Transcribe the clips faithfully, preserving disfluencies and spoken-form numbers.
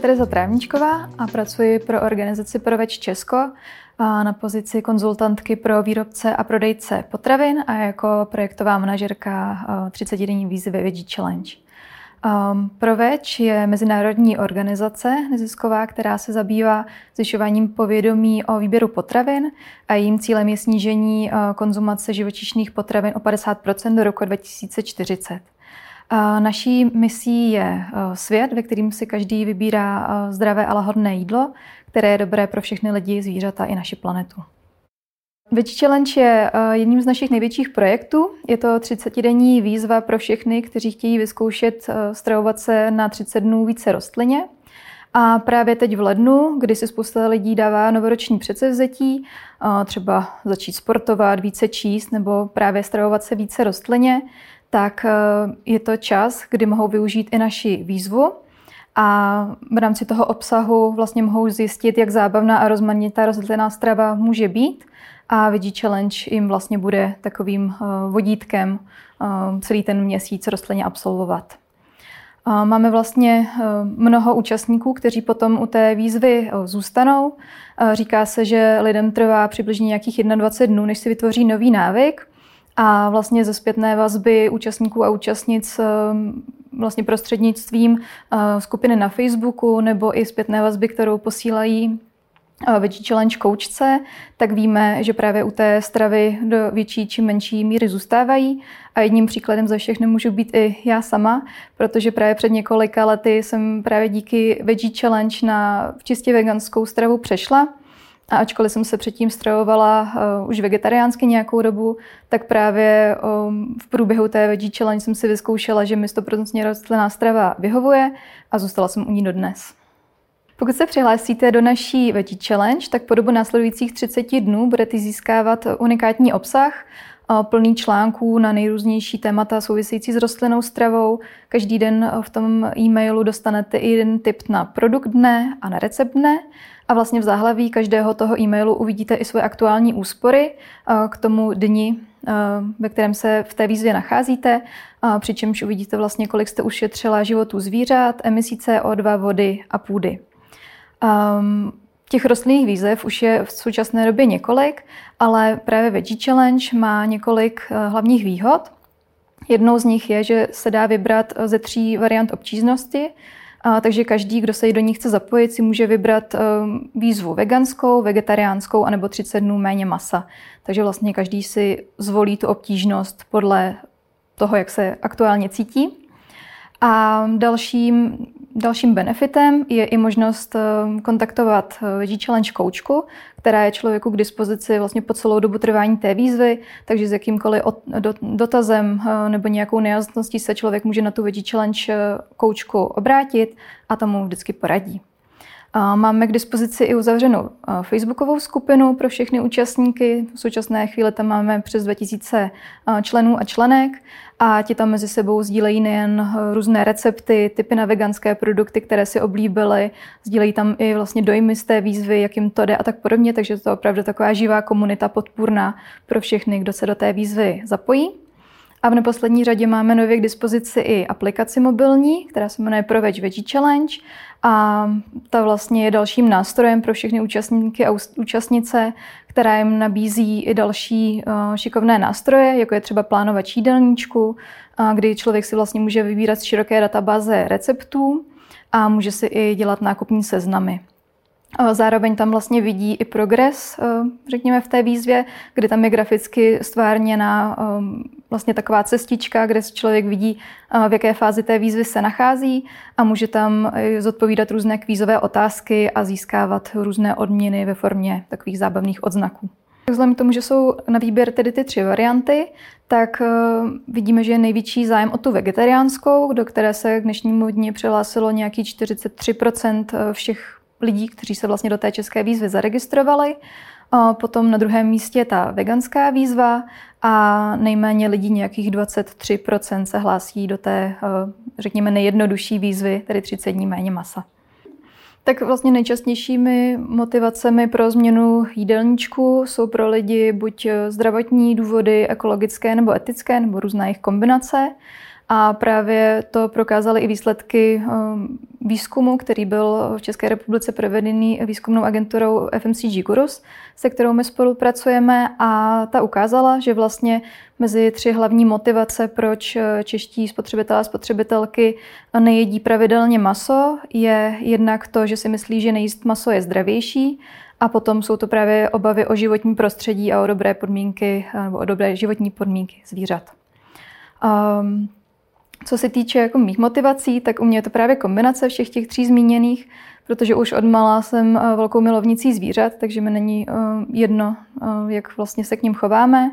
Tereza Trávníčková a pracuji pro organizaci Proveč Česko na pozici konzultantky pro výrobce a prodejce potravin a jako projektová manažerka třicetidenní výzvy Veggie Challenge. Proveč je mezinárodní organizace nezisková, která se zabývá zvyšováním povědomí o výběru potravin a jejím cílem je snížení konzumace živočišných potravin o padesát procent do roku dva tisíce čtyřicet. Naší misí je svět, ve kterým si každý vybírá zdravé a lahodné jídlo, které je dobré pro všechny lidi, zvířata i naši planetu. Veggie Challenge je jedním z našich největších projektů. Je to třicetidenní výzva pro všechny, kteří chtějí vyzkoušet stravovat se na třicet dnů více rostlině. A právě teď v lednu, kdy si spousta lidí dává novoroční předsevzetí, třeba začít sportovat, více číst nebo právě stravovat se více rostlině, tak je to čas, kdy mohou využít i naši výzvu a v rámci toho obsahu vlastně mohou zjistit, jak zábavná a rozmanitá rostlinná strava může být a Veggie Challenge jim vlastně bude takovým vodítkem celý ten měsíc rostlině absolvovat. Máme vlastně mnoho účastníků, kteří potom u té výzvy zůstanou. Říká se, že lidem trvá přibližně nějakých dvacet jedna dnů, než si vytvoří nový návyk. A vlastně ze zpětné vazby účastníků a účastnic vlastně prostřednictvím skupiny na Facebooku nebo i zpětné vazby, kterou posílají Veggie Challenge koučce, tak víme, že právě u té stravy do větší či menší míry zůstávají. A jedním příkladem za všechny můžu být i já sama, protože právě před několika lety jsem právě díky Veggie Challenge na čistě veganskou stravu přešla. A ačkoliv jsem se předtím stravovala uh, už vegetariánsky nějakou dobu, tak právě um, v průběhu té Veggie Challenge jsem si vyzkoušela, že mi sto procent rostlinná strava vyhovuje a zůstala jsem u ní dodnes. Pokud se přihlásíte do naší Veggie Challenge, tak po dobu následujících třiceti dnů budete získávat unikátní obsah, uh, plný článků na nejrůznější témata související s rostlinnou stravou. Každý den v tom e-mailu dostanete i jeden tip na produkt dne a na recept dne. A vlastně v záhlaví každého toho e-mailu uvidíte i svoje aktuální úspory k tomu dni, ve kterém se v té výzvě nacházíte, přičemž uvidíte vlastně, kolik jste ušetřila životů zvířat, emisí C O dva, vody a půdy. Těch rostlinných výzev už je v současné době několik, ale právě Veggie Challenge má několik hlavních výhod. Jednou z nich je, že se dá vybrat ze tří variant obtížnosti, A, takže každý, kdo se do ní chce zapojit, si může vybrat um, výzvu veganskou, vegetariánskou anebo třicet dnů méně masa. Takže vlastně každý si zvolí tu obtížnost podle toho, jak se aktuálně cítí. A dalším, dalším benefitem je i možnost um, kontaktovat Veggie Challenge koučku, která je člověku k dispozici vlastně po celou dobu trvání té výzvy, takže s jakýmkoliv dotazem nebo nějakou nejasností se člověk může na tu Veggie Challenge koučku obrátit a tomu vždycky poradí. Máme k dispozici i uzavřenou facebookovou skupinu pro všechny účastníky. V současné chvíli tam máme přes dva tisíce členů a členek a ti tam mezi sebou sdílejí nejen různé recepty, tipy na veganské produkty, které si oblíbili, sdílejí tam i vlastně dojmy z té výzvy, jak jim to jde a tak podobně, takže to je opravdu taková živá komunita podpůrná pro všechny, kdo se do té výzvy zapojí. A v neposlední řadě máme nově k dispozici i aplikaci mobilní, která se jmenuje Proveč Veggie Challenge a ta vlastně je dalším nástrojem pro všechny účastníky a účastnice, která jim nabízí i další šikovné nástroje, jako je třeba plánovač jídelníčku, kdy člověk si vlastně může vybírat z široké databáze receptů a může si i dělat nákupní seznamy. Zároveň tam vlastně vidí i progres, řekněme, v té výzvě, kdy tam je graficky stvárněna vlastně taková cestička, kde člověk vidí, v jaké fázi té výzvy se nachází a může tam zodpovídat různé kvízové otázky a získávat různé odměny ve formě takových zábavných odznaků. Vzhledem k tomu, že jsou na výběr tedy ty tři varianty, tak vidíme, že je největší zájem o tu vegetariánskou, do které se k dnešnímu dni přihlásilo nějaký čtyřicet tři procent všech lidí, kteří se vlastně do té české výzvy zaregistrovali. Potom na druhém místě ta veganská výzva a nejméně lidí, nějakých dvacet tři procent se hlásí do té, řekněme, nejjednodušší výzvy, tedy třicet dní méně masa. Tak vlastně nejčastějšími motivacemi pro změnu jídelníčku jsou pro lidi buď zdravotní důvody, ekologické nebo etické, nebo různá jejich kombinace. A právě to prokázaly i výsledky výzkumu, který byl v České republice provedený výzkumnou agenturou F M C G Gurus, se kterou my spolupracujeme, a ta ukázala, že vlastně mezi tři hlavní motivace, proč čeští spotřebitelé a spotřebitelky nejedí pravidelně maso, je jednak to, že si myslí, že nejíst maso je zdravější, a potom jsou to právě obavy o životní prostředí a o dobré podmínky, nebo o dobré životní podmínky zvířat. Um, Co se týče jako mých motivací, tak u mě je to právě kombinace všech těch tří zmíněných, protože už od malá jsem velkou milovnicí zvířat, takže mi není jedno, jak vlastně se k nim chováme.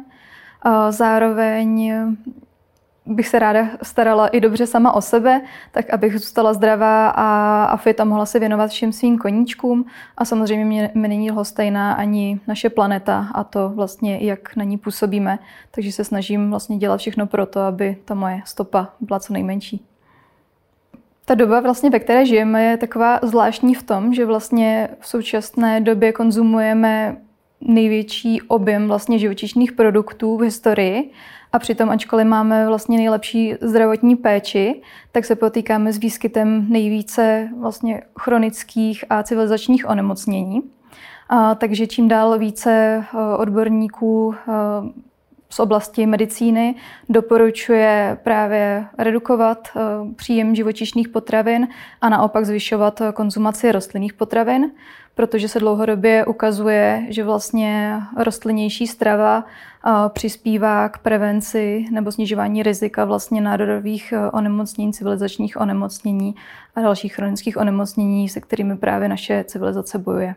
Zároveň bych se ráda starala i dobře sama o sebe, tak abych zůstala zdravá a, a fit a mohla se věnovat všem svým koníčkům. A samozřejmě mě, mě není lhostejná ani naše planeta a to vlastně, jak na ní působíme. Takže se snažím vlastně dělat všechno pro to, aby ta moje stopa byla co nejmenší. Ta doba, vlastně, ve které žijeme, je taková zvláštní v tom, že vlastně v současné době konzumujeme největší objem vlastně živočišných produktů v historii. A přitom, ačkoliv máme vlastně nejlepší zdravotní péči, tak se potýkáme s výskytem nejvíce vlastně chronických a civilizačních onemocnění. A takže čím dál více odborníků z oblasti medicíny doporučuje právě redukovat příjem živočišných potravin a naopak zvyšovat konzumaci rostlinných potravin, protože se dlouhodobě ukazuje, že vlastně rostlinnější strava přispívá k prevenci nebo snižování rizika vlastně nádorových onemocnění, civilizačních onemocnění a dalších chronických onemocnění, se kterými právě naše civilizace bojuje.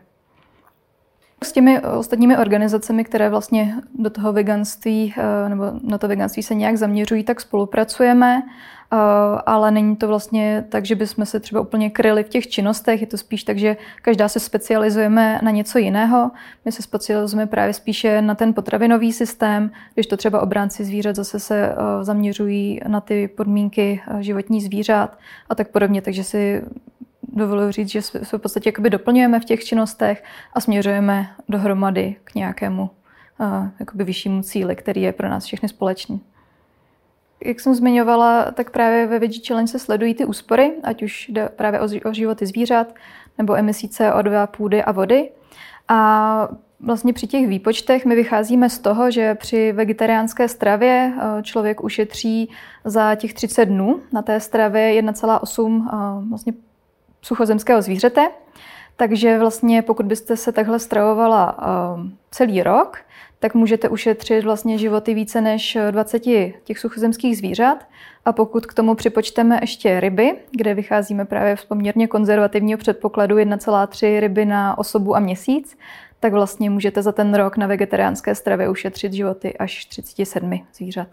S těmi ostatními organizacemi, které vlastně do toho veganství nebo na to veganství se nějak zaměřují, tak spolupracujeme, ale není to vlastně tak, že bychom se třeba úplně kryli v těch činnostech, je to spíš tak, že každá se specializujeme na něco jiného. My se specializujeme právě spíše na ten potravinový systém, když to třeba obránci zvířat zase se zaměřují na ty podmínky životní zvířat a tak podobně, takže si dovoluji říct, že se v podstatě jakoby doplňujeme v těch činnostech a směřujeme dohromady k nějakému uh, jakoby vyššímu cíli, který je pro nás všechny společný. Jak jsem zmiňovala, tak právě ve Veggie Challenge se sledují ty úspory, ať už jde právě o, o životy zvířat nebo emisí C O dva, půdy a vody. A vlastně při těch výpočtech my vycházíme z toho, že při vegetariánské stravě člověk ušetří za těch třicet dnů na té stravě jedna celá osm uh, vlastně suchozemského zvířete. Takže vlastně pokud byste se takhle stravovala uh, celý rok, tak můžete ušetřit vlastně životy více než dvacet těch suchozemských zvířat. A pokud k tomu připočteme ještě ryby, kde vycházíme právě z poměrně konzervativního předpokladu jedna celá tři ryby na osobu a měsíc, tak vlastně můžete za ten rok na vegetariánské stravě ušetřit životy až třicet sedm zvířat.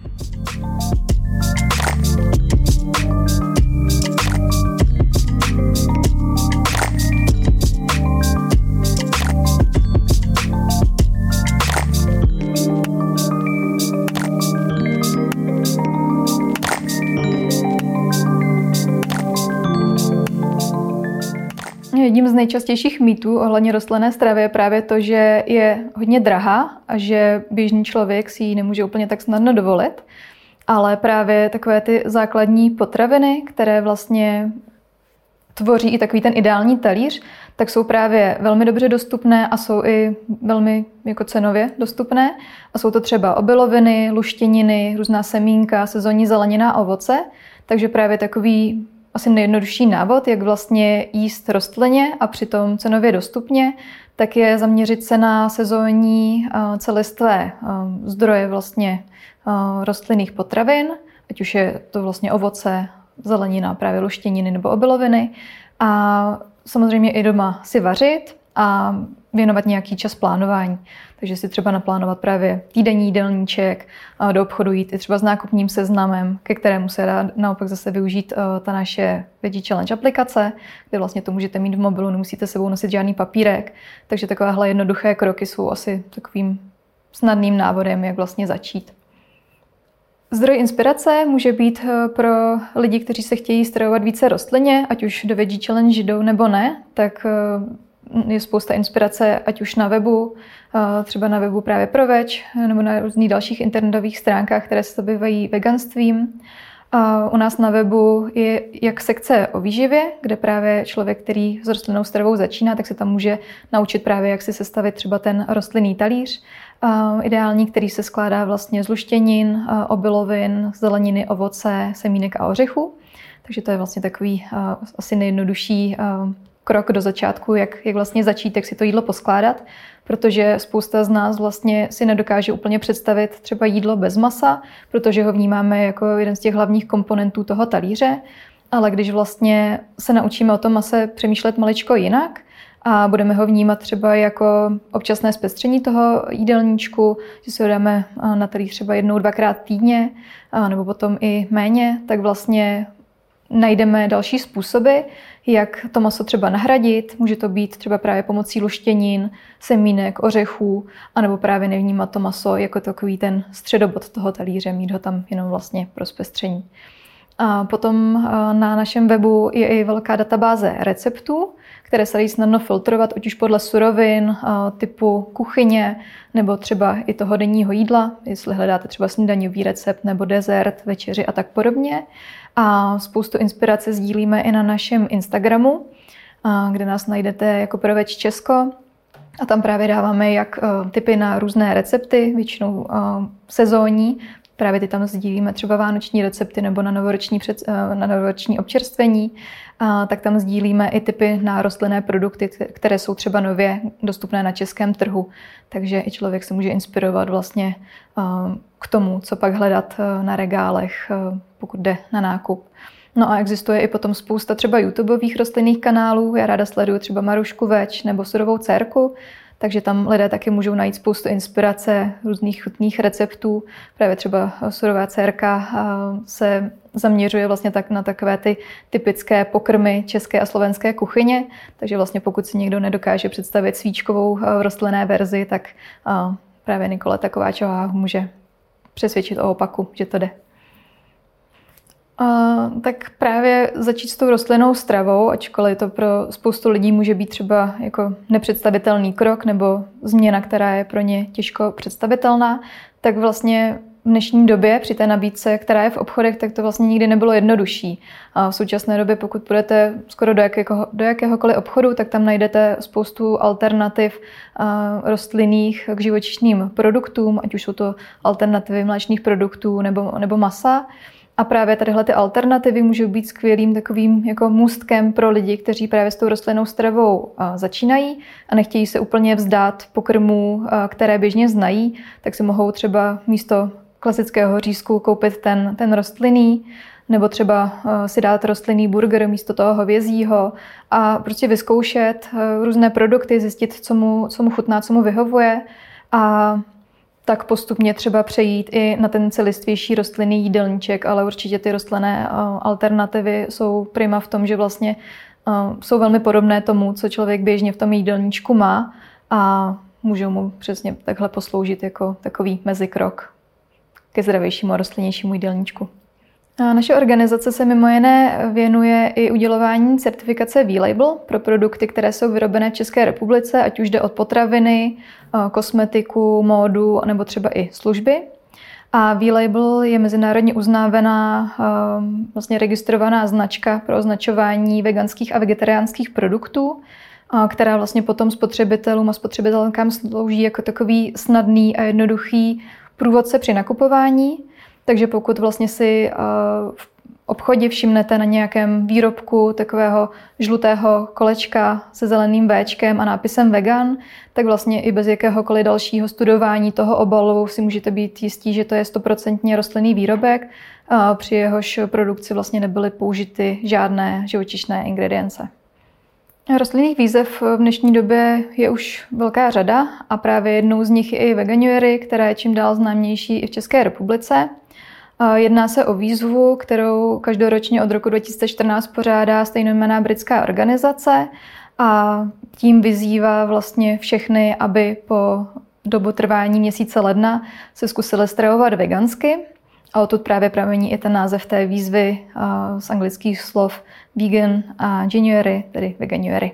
Jedním z nejčastějších mýtů ohledně rostlinné stravy je právě to, že je hodně drahá a že běžný člověk si ji nemůže úplně tak snadno dovolit. Ale právě takové ty základní potraviny, které vlastně tvoří i takový ten ideální talíř, tak jsou právě velmi dobře dostupné a jsou i velmi jako cenově dostupné. A jsou to třeba obiloviny, luštěniny, různá semínka, sezónní zelenina a ovoce. Takže právě takový asi nejjednodušší návod, jak vlastně jíst rostlině a přitom cenově dostupně, tak je zaměřit se na sezónní celistvé zdroje vlastně rostlinných potravin, ať už je to vlastně ovoce, zelenina, právě luštěniny nebo obiloviny. A samozřejmě i doma si vařit a věnovat nějaký čas plánování. Takže si třeba naplánovat právě týdenní jídelníček, do obchodu jít i třeba s nákupním seznamem, ke kterému se dá naopak zase využít ta naše Veggie Challenge aplikace, kde vlastně to můžete mít v mobilu, nemusíte sebou nosit žádný papírek. Takže takovéhle jednoduché kroky jsou asi takovým snadným návodem, jak vlastně začít. Zdroj inspirace může být pro lidi, kteří se chtějí stravovat více rostlinně, ať už do Veggie Challenge jdou nebo ne, tak je spousta inspirace, ať už na webu, třeba na webu právě pro Veg, nebo na různých dalších internetových stránkách, které se zabývají veganstvím. U nás na webu je jak sekce o výživě, kde právě člověk, který s rostlinnou stravou začíná, tak se tam může naučit právě, jak si sestavit třeba ten rostlinný talíř, ideální, který se skládá vlastně z luštěnin, obilovin, zeleniny, ovoce, semínek a ořechů. Takže to je vlastně takový asi nejjednodušší krok do začátku, jak, jak vlastně začít, jak si to jídlo poskládat, protože spousta z nás vlastně si nedokáže úplně představit třeba jídlo bez masa, protože ho vnímáme jako jeden z těch hlavních komponentů toho talíře, ale když vlastně se naučíme o tom mase přemýšlet maličko jinak a budeme ho vnímat třeba jako občasné zpestření toho jídelníčku, že si ho dáme na talíř třeba jednou, dvakrát týdně, nebo potom i méně, tak vlastně najdeme další způsoby, jak to maso třeba nahradit. Může to být třeba právě pomocí luštěnin, semínek, ořechů, anebo právě nevnímat to maso jako takový ten středobod toho talíře, mít ho tam jenom vlastně pro zpestření. A potom na našem webu je i velká databáze receptů, které se dají snadno filtrovat, ať už podle surovin, typu kuchyně, nebo třeba i toho denního jídla, jestli hledáte třeba snídaňový recept nebo dezert, večeři a tak podobně. A spoustu inspirace sdílíme i na našem Instagramu, kde nás najdete jako Proveč Česko. A tam právě dáváme jak tipy na různé recepty, většinou sezónní. Právě ty tam sdílíme třeba vánoční recepty nebo na novoroční, před, na novoroční občerstvení. A tak tam sdílíme i tipy na rostlinné produkty, které jsou třeba nově dostupné na českém trhu. Takže i člověk se může inspirovat vlastně k tomu, co pak hledat na regálech, pokud jde na nákup. No a existuje i potom spousta třeba YouTubeových rostlinných kanálů. Já ráda sleduju třeba Marušku Več nebo Surovou dcerku, takže tam lidé taky můžou najít spoustu inspirace, různých chutných receptů. Právě třeba Surová dcerka se zaměřuje vlastně tak na takové ty typické pokrmy české a slovenské kuchyně. Takže vlastně pokud si někdo nedokáže představit svíčkovou rostlinné verzi, tak právě Nikoleta Kováčová může přesvědčit o opaku, že to jde. Uh, tak právě začít s tou rostlinnou stravou, ačkoliv to pro spoustu lidí může být třeba jako nepředstavitelný krok nebo změna, která je pro ně těžko představitelná, tak vlastně v dnešní době při té nabídce, která je v obchodech, tak to vlastně nikdy nebylo jednodušší. A v současné době, pokud půjdete skoro do, jakého, do jakéhokoliv obchodu, tak tam najdete spoustu alternativ uh, rostlinných k živočišným produktům, ať už jsou to alternativy mléčných produktů nebo, nebo masa. A právě tadyhle ty alternativy můžou být skvělým takovým jako můstkem pro lidi, kteří právě s tou rostlinnou stravou začínají a nechtějí se úplně vzdát pokrmů, které běžně znají, tak si mohou třeba místo klasického řízku koupit ten, ten rostlinný, nebo třeba si dát rostlinný burger místo toho hovězího a prostě vyzkoušet různé produkty, zjistit, co mu, co mu chutná, co mu vyhovuje a tak postupně třeba přejít i na ten celistvější rostlinný jídelníček, ale určitě ty rostlinné alternativy jsou prima v tom, že vlastně jsou velmi podobné tomu, co člověk běžně v tom jídelníčku má a můžou mu přesně takhle posloužit jako takový mezikrok ke zdravějšímu a rostlinnějšímu jídelníčku. A naše organizace se mimo jiné věnuje i udělování certifikace V-Label pro produkty, které jsou vyrobené v České republice, ať už jde o potraviny, kosmetiku, módu nebo třeba i služby. A V-Label je mezinárodně uznávaná, vlastně registrovaná značka pro označování veganských a vegetariánských produktů, která vlastně potom spotřebitelům a spotřebitelkám slouží jako takový snadný a jednoduchý průvodce při nakupování. Takže pokud vlastně si v obchodě všimnete na nějakém výrobku takového žlutého kolečka se zeleným véčkem a nápisem vegan, tak vlastně i bez jakéhokoliv dalšího studování toho obalu si můžete být jistí, že to je stoprocentně rostlinný výrobek, při jehož produkci vlastně nebyly použity žádné živočišné ingredience. Rostlinných výzev v dnešní době je už velká řada a právě jednou z nich je i Veganuary, která je čím dál známější i v České republice. Jedná se o výzvu, kterou každoročně od roku dva tisíce čtrnáct pořádá stejnojmenná britská organizace a tím vyzývá vlastně všechny, aby po dobu trvání měsíce ledna se zkusili stravovat vegansky. A odtud právě pramení i ten název té výzvy z anglických slov vegan a January, tedy Veganuary.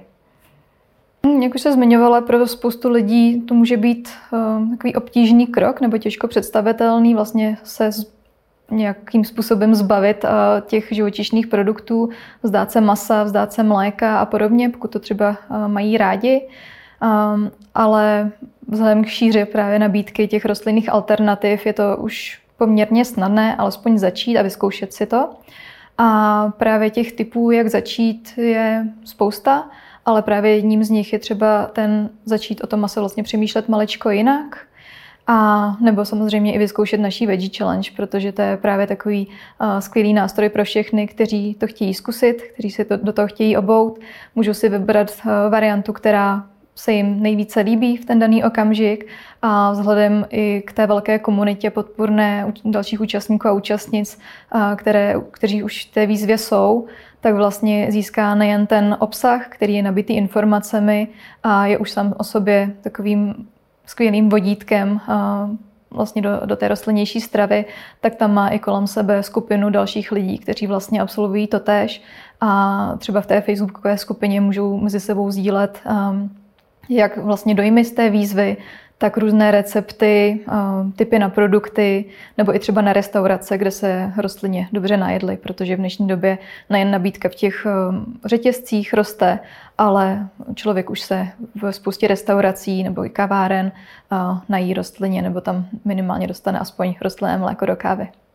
Jak už se zmiňovala, pro spoustu lidí to může být takový obtížný krok nebo těžko představitelný vlastně se nějakým způsobem zbavit těch živočišných produktů, vzdát se masa, vzdát se mléka a podobně, pokud to třeba mají rádi. Ale vzhledem k šíři právě nabídky těch rostlinných alternativ je to už poměrně snadné alespoň začít a vyzkoušet si to. A právě těch typů, jak začít, je spousta, ale právě jedním z nich je třeba ten začít o tom maso vlastně přemýšlet maličko jinak. A nebo samozřejmě i vyzkoušet naší Veggie Challenge, protože to je právě takový uh, skvělý nástroj pro všechny, kteří to chtějí zkusit, kteří si to, do toho chtějí obout. Můžou si vybrat uh, variantu, která se jim nejvíce líbí v ten daný okamžik a vzhledem i k té velké komunitě podpůrné dalších účastníků a účastnic, které, kteří už v té výzvě jsou, tak vlastně získá nejen ten obsah, který je nabitý informacemi a je už sám o sobě takovým skvělým vodítkem vlastně do, do té rostlinnější stravy, tak tam má i kolem sebe skupinu dalších lidí, kteří vlastně absolvují totéž a třeba v té facebookové skupině můžou mezi sebou sdílet um, jak vlastně dojmy z té výzvy, tak různé recepty, tipy na produkty, nebo i třeba na restaurace, kde se rostlině dobře najedli, protože v dnešní době nejen nabídka v těch řetězcích roste, ale člověk už se v spoustě restaurací nebo i kaváren nají rostlině, nebo tam minimálně dostane aspoň rostlinné mléko do kávy.